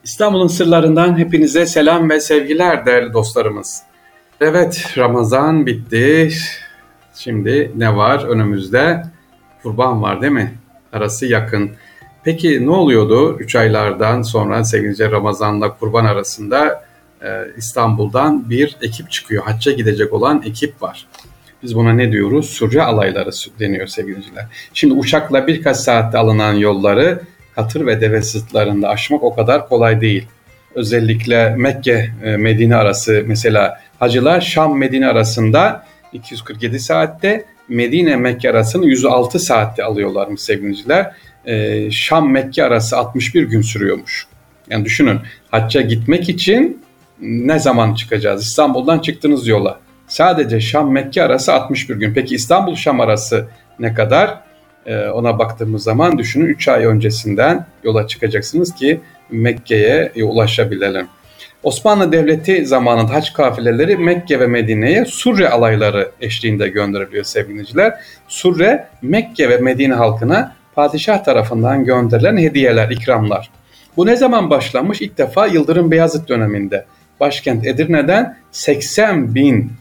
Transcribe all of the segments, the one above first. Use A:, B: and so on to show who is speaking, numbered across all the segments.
A: İstanbul'un sırlarından hepinize selam ve sevgiler değerli dostlarımız. Evet, Ramazan bitti. Şimdi ne var önümüzde? Kurban var değil mi? Arası yakın. Peki ne oluyordu 3 aylardan sonra sevgili Ramazan'la Kurban arasında İstanbul'dan bir ekip çıkıyor. Hacca gidecek olan ekip var. Biz buna ne diyoruz? Surre alayları deniyor sevgiliciler. Şimdi uçakla birkaç saatte alınan yolları katır ve deve sırtlarında aşmak o kadar kolay değil. Özellikle Mekke-Medine arası mesela hacılar Şam-Medine arasında 247 saatte, Medine-Mekke arasını 106 saatte alıyorlarmış sevgiliciler. Şam-Mekke arası 61 gün sürüyormuş. Yani düşünün, hacca gitmek için ne zaman çıkacağız? İstanbul'dan çıktınız yola. Sadece Şam-Mekke arası 61 gün. Peki İstanbul-Şam arası ne kadar? Ona baktığımız zaman düşünün 3 ay öncesinden yola çıkacaksınız ki Mekke'ye ulaşabilelim. Osmanlı Devleti zamanında hac kafileleri Mekke ve Medine'ye Surre alayları eşliğinde gönderiliyor sevgiliciler. Surre, Mekke ve Medine halkına padişah tarafından gönderilen hediyeler, ikramlar. Bu ne zaman başlamış? İlk defa Yıldırım Beyazıt döneminde. Başkent Edirne'den 80 bin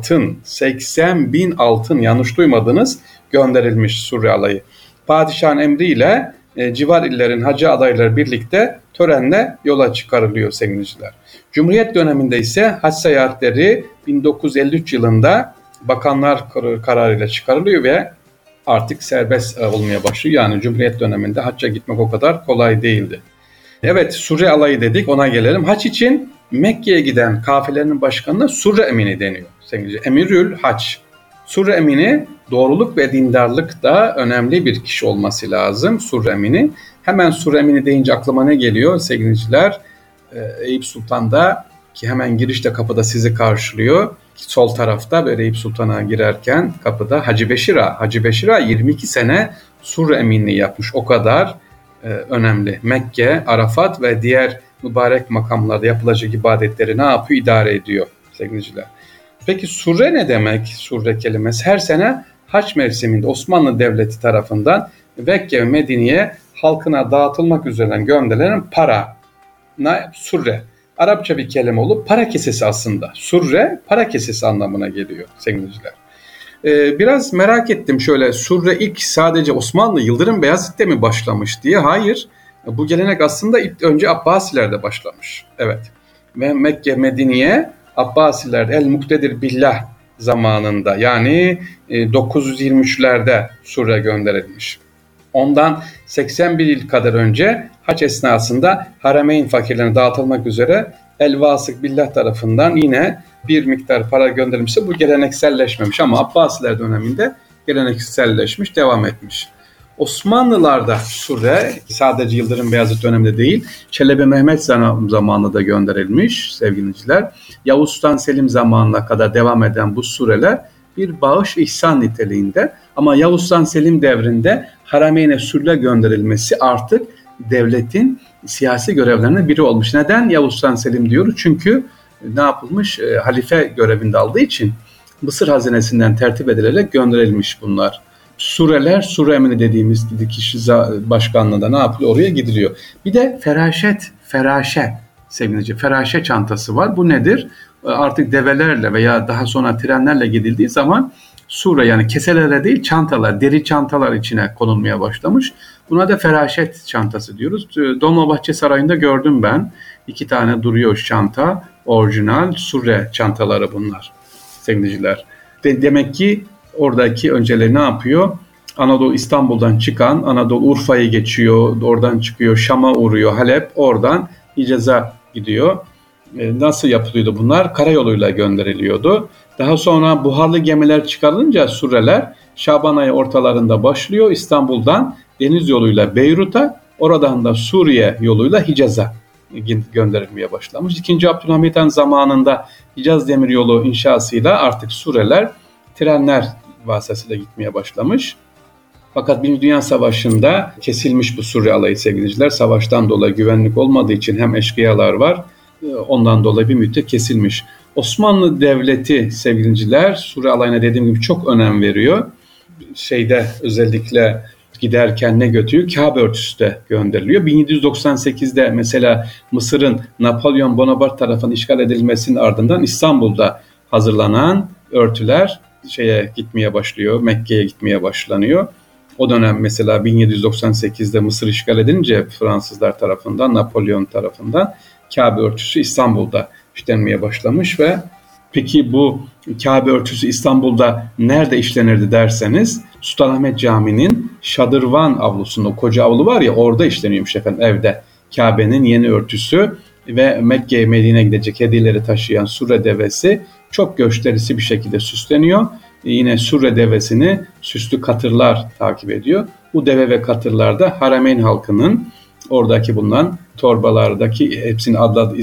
A: altın yanlış duymadınız gönderilmiş Surre alayı. Padişahın emriyle civar illerin hacı adayları birlikte törenle yola çıkarılıyor sevgiliciler. Cumhuriyet döneminde ise hac seyahatleri 1953 yılında bakanlar kararıyla çıkarılıyor ve artık serbest olmaya başlıyor. Yani Cumhuriyet döneminde hacca gitmek o kadar kolay değildi. Evet, Surre alayı dedik, ona gelelim. Hac için Mekke'ye giden kafilenin başkanına Surre Emini deniyor. Emirül Hac. Surre Emini doğruluk ve dindarlıkta önemli bir kişi olması lazım. Surre Emini. Hemen Surre Emini deyince aklıma ne geliyor sevgiliciler? Eyüp Sultan'da ki hemen girişte kapıda sizi karşılıyor. Sol tarafta böyle Eyüp Sultan'a girerken kapıda Hacı Beşir Ağa. Hacı Beşir Ağa 22 sene Surre Eminliği yapmış. O kadar önemli. Mekke, Arafat ve diğer mübarek makamlarda yapılacak ibadetleri ne yapıyor? İdare ediyor sevgiliciler. Peki surre ne demek? Surre kelimesi her sene hac mevsiminde Osmanlı Devleti tarafından Mekke ve Medine'ye halkına dağıtılmak üzere gönderilen para. Surre. Arapça bir kelime olup para kesesi aslında. Surre para kesesi anlamına geliyor sevgiliciler. Biraz merak ettim şöyle, surre ilk sadece Osmanlı Yıldırım Beyazıt'ta mi başlamış diye. Hayır, bu gelenek aslında ilk önce Abbasilerde başlamış. Evet, ve Mekke Medine'ye Abbasiler El-Muktedir Billah zamanında yani 923'lerde surre gönderilmiş. Ondan 81 yıl kadar önce hac esnasında Harameyn fakirlerine dağıtılmak üzere El-Vasık Billah tarafından yine bir miktar para gönderilmişse bu gelenekselleşmemiş ama Abbasiler döneminde gelenekselleşmiş, devam etmiş. Osmanlılarda surre sadece Yıldırım Beyazıt döneminde değil, Çelebi Mehmet zamanında da gönderilmiş sevgiliciler. Yavuz Sultan Selim zamanına kadar devam eden bu sureler bir bağış ihsan niteliğinde ama Yavuz Sultan Selim devrinde Harameyn'e surre gönderilmesi artık devletin siyasi görevlerinden biri olmuş. Neden Yavuz Sultan Selim diyoruz? Çünkü ne yapılmış? Halife görevinde aldığı için Mısır hazinesinden tertip edilerek gönderilmiş bunlar. Sureler, Surre Emini dediğimiz kişi başkanlığında ne yapılıyor? Oraya gidiliyor. Bir de feraşe sevgili feraşe çantası var. Bu nedir? Artık develerle veya daha sonra trenlerle gidildiği zaman sure yani keselere değil çantalar, deri çantalar içine konulmaya başlamış. Buna da feraşet çantası diyoruz. Dolmabahçe Sarayı'nda gördüm ben. 2 tane duruyor çanta. Orijinal surre çantaları bunlar sevgiliciler. Demek ki oradaki önceleri ne yapıyor? Anadolu İstanbul'dan çıkan, Anadolu Urfa'yı geçiyor, oradan çıkıyor, Şam'a uğruyor, Halep, oradan Hicaz'a gidiyor. Nasıl yapılıyordu bunlar? Karayoluyla gönderiliyordu. Daha sonra buharlı gemiler çıkarılınca sureler Şaban ayı ortalarında başlıyor. İstanbul'dan deniz yoluyla Beyrut'a, oradan da Suriye yoluyla Hicaz'a gönderilmeye başlamış. 2. Abdülhamit Han zamanında Hicaz Demiryolu inşasıyla artık sureler trenler vasıtasıyla gitmeye başlamış. Fakat Birinci Dünya Savaşı'nda kesilmiş bu surre alayı sevgiliciler. Savaştan dolayı güvenlik olmadığı için hem eşkıyalar var, ondan dolayı bir müddet kesilmiş. Osmanlı Devleti sevgiliciler surre alayına dediğim gibi çok önem veriyor. Özellikle giderken ne götürüyor? Kabe örtüsü de gönderiliyor. 1798'de mesela Mısır'ın Napolyon Bonaparte tarafından işgal edilmesinin ardından İstanbul'da hazırlanan örtüler gitmeye başlıyor, Mekke'ye gitmeye başlanıyor. O dönem mesela 1798'de Mısır işgal edince Fransızlar tarafından, Napolyon tarafından Kabe örtüsü İstanbul'da işlenmeye başlamış ve peki bu Kabe örtüsü İstanbul'da nerede işlenirdi derseniz Sultanahmet Camii'nin Şadırvan avlusunda, o koca avlu var ya, orada işleniyormuş efendim, evde. Kabe'nin yeni örtüsü ve Mekke'ye, Medine'ye gidecek hediyeleri taşıyan Surre devesi çok gösterisi bir şekilde süsleniyor. Yine Surre devesini süslü katırlar takip ediyor. Bu deve ve katırlarda Harameyn halkının oradaki bulunan torbalardaki hepsinin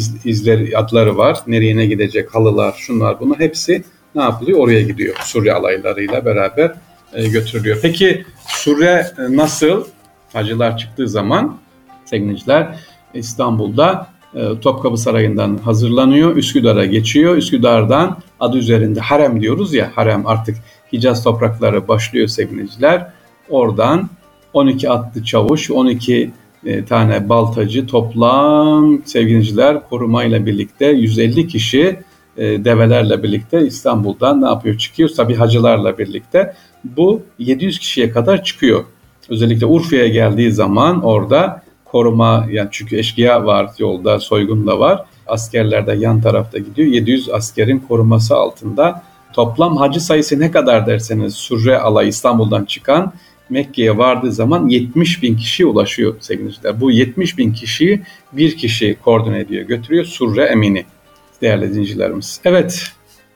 A: adları var. Nereye ne gidecek, halılar, şunlar bunlar hepsi ne yapılıyor? Oraya gidiyor. Surre alaylarıyla beraber götürülüyor. Peki Surre nasıl? Hacılar çıktığı zaman sevgiliciler İstanbul'da Topkapı Sarayı'ndan hazırlanıyor. Üsküdar'a geçiyor. Üsküdar'dan adı üzerinde harem diyoruz ya, harem artık Hicaz toprakları başlıyor sevgiliciler. Oradan 12 atlı çavuş, 12 tane baltacı, toplam sevgiliciler korumayla birlikte 150 kişi develerle birlikte İstanbul'dan ne yapıyor? Çıkıyor. Tabii hacılarla birlikte bu 700 kişiye kadar çıkıyor. Özellikle Urfa'ya geldiği zaman orada koruma, yani çünkü eşkıya var yolda, soygun da var. Askerler de yan tarafta gidiyor. 700 askerin koruması altında. Toplam hacı sayısı ne kadar derseniz Surre alayı İstanbul'dan çıkan Mekke'ye vardığı zaman 70 bin kişiye ulaşıyor sevgiliciler. Bu 70 bin kişiyi bir kişi koordine ediyor, götürüyor, Surre Emini değerli dinleyicilerimiz. Evet,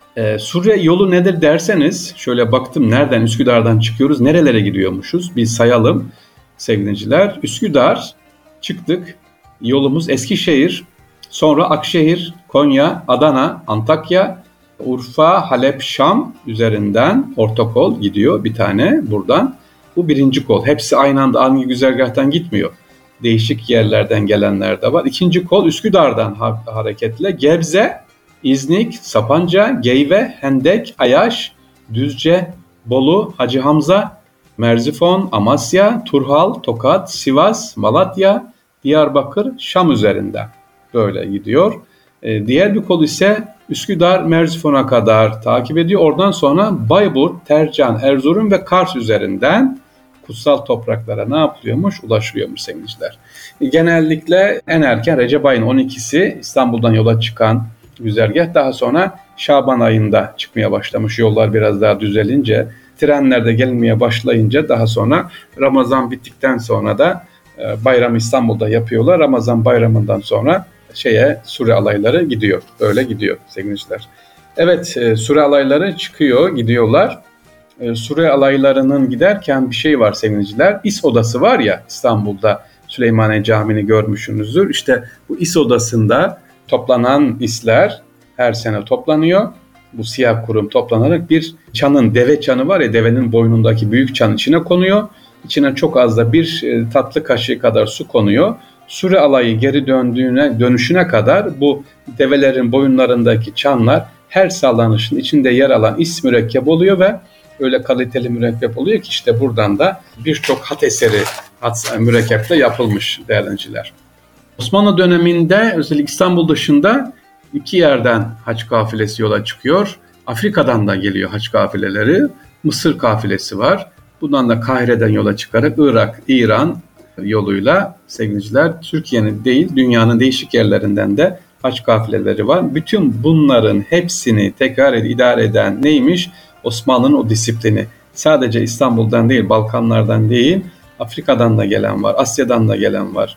A: Surre yolu nedir derseniz şöyle baktım, nereden, Üsküdar'dan çıkıyoruz, nerelere gidiyormuşuz bir sayalım sevgiliciler. Üsküdar çıktık, yolumuz Eskişehir, sonra Akşehir, Konya, Adana, Antakya, Urfa, Halep, Şam üzerinden orta gidiyor bir tane buradan. Bu birinci kol. Hepsi aynı anda aynı güzergahtan gitmiyor. Değişik yerlerden gelenler de var. İkinci kol Üsküdar'dan hareketle Gebze, İznik, Sapanca, Geyve, Hendek, Ayaş, Düzce, Bolu, Hacı Hamza, Merzifon, Amasya, Turhal, Tokat, Sivas, Malatya, Diyarbakır, Şam üzerinden böyle gidiyor. Diğer bir kol ise Üsküdar, Merzifon'a kadar takip ediyor. Oradan sonra Bayburt, Tercan, Erzurum ve Kars üzerinden kutsal topraklara ne yapılıyormuş? Ulaşılıyormuş sevgiliciler. Genellikle en erken Recep ayının 12'si İstanbul'dan yola çıkan güzergah, daha sonra Şaban ayında çıkmaya başlamış. Yollar biraz daha düzelince, trenlerde gelmeye başlayınca daha sonra Ramazan bittikten sonra da bayramı İstanbul'da yapıyorlar. Ramazan bayramından sonra Surre alayları gidiyor. Öyle gidiyor sevgiliciler. Evet, Surre alayları çıkıyor, gidiyorlar. Surre alaylarının giderken bir şey var sevgiliciler. İs odası var ya İstanbul'da, Süleymaniye Camii'ni görmüşsünüzdür. İşte bu İs odasında toplanan isler her sene toplanıyor. Bu siyah kurum toplanarak bir çanın, deve çanı var ya, devenin boynundaki büyük çan içine konuyor. İçine çok az da bir tatlı kaşığı kadar su konuyor. Surre alayı geri dönüşüne kadar bu develerin boyunlarındaki çanlar her sallanışın içinde yer alan is mürekkep oluyor ve öyle kaliteli mürekkep oluyor ki işte buradan da birçok hat eseri mürekkeple yapılmış değerliciler. Osmanlı döneminde özellikle İstanbul dışında 2 yerden hac kafilesi yola çıkıyor. Afrika'dan da geliyor hac kafileleri. Mısır kafilesi var. Bundan da Kahire'den yola çıkarak Irak, İran yoluyla sevgiliciler Türkiye'nin değil dünyanın değişik yerlerinden de hac kafileleri var. Bütün bunların hepsini tekrar idare eden neymiş? Osmanlı'nın o disiplini. Sadece İstanbul'dan değil, Balkanlardan değil, Afrika'dan da gelen var, Asya'dan da gelen var.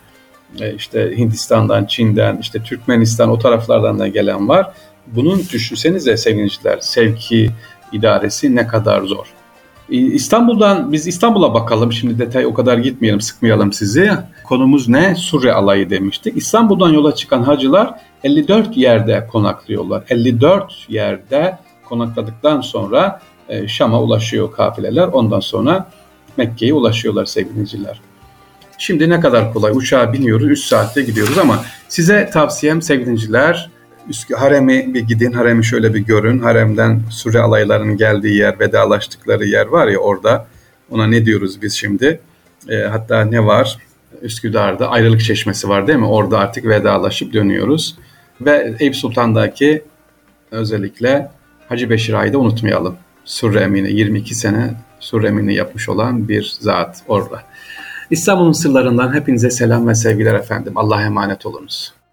A: İşte Hindistan'dan, Çin'den, işte Türkmenistan, o taraflardan da gelen var. Bunun düşünsenize sevgiliciler, sevki idaresi ne kadar zor. Biz İstanbul'a bakalım. Şimdi detay o kadar gitmeyelim, sıkmayalım sizi. Konumuz ne? Surre alayı demiştik. İstanbul'dan yola çıkan hacılar 54 yerde konaklıyorlar. 54 yerde konakladıktan sonra Şam'a ulaşıyor kafileler. Ondan sonra Mekke'ye ulaşıyorlar sevgiliciler. Şimdi ne kadar kolay. Uçağa biniyoruz, 3 saatte gidiyoruz ama size tavsiyem sevgiliciler, haremi bir gidin, haremi şöyle bir görün. Haremden Surre alaylarının geldiği yer, vedalaştıkları yer var ya orada. Ona ne diyoruz biz şimdi? Hatta ne var? Üsküdar'da Ayrılık Çeşmesi var değil mi? Orada artık vedalaşıp dönüyoruz. Ve Eyüp Sultan'daki özellikle Hacı Beşir Ağa'yı da unutmayalım. Surre Emini, 22 sene Surre Emini yapmış olan bir zat orada. İstanbul'un sırlarından hepinize selam ve sevgiler efendim. Allah'a emanet olunuz.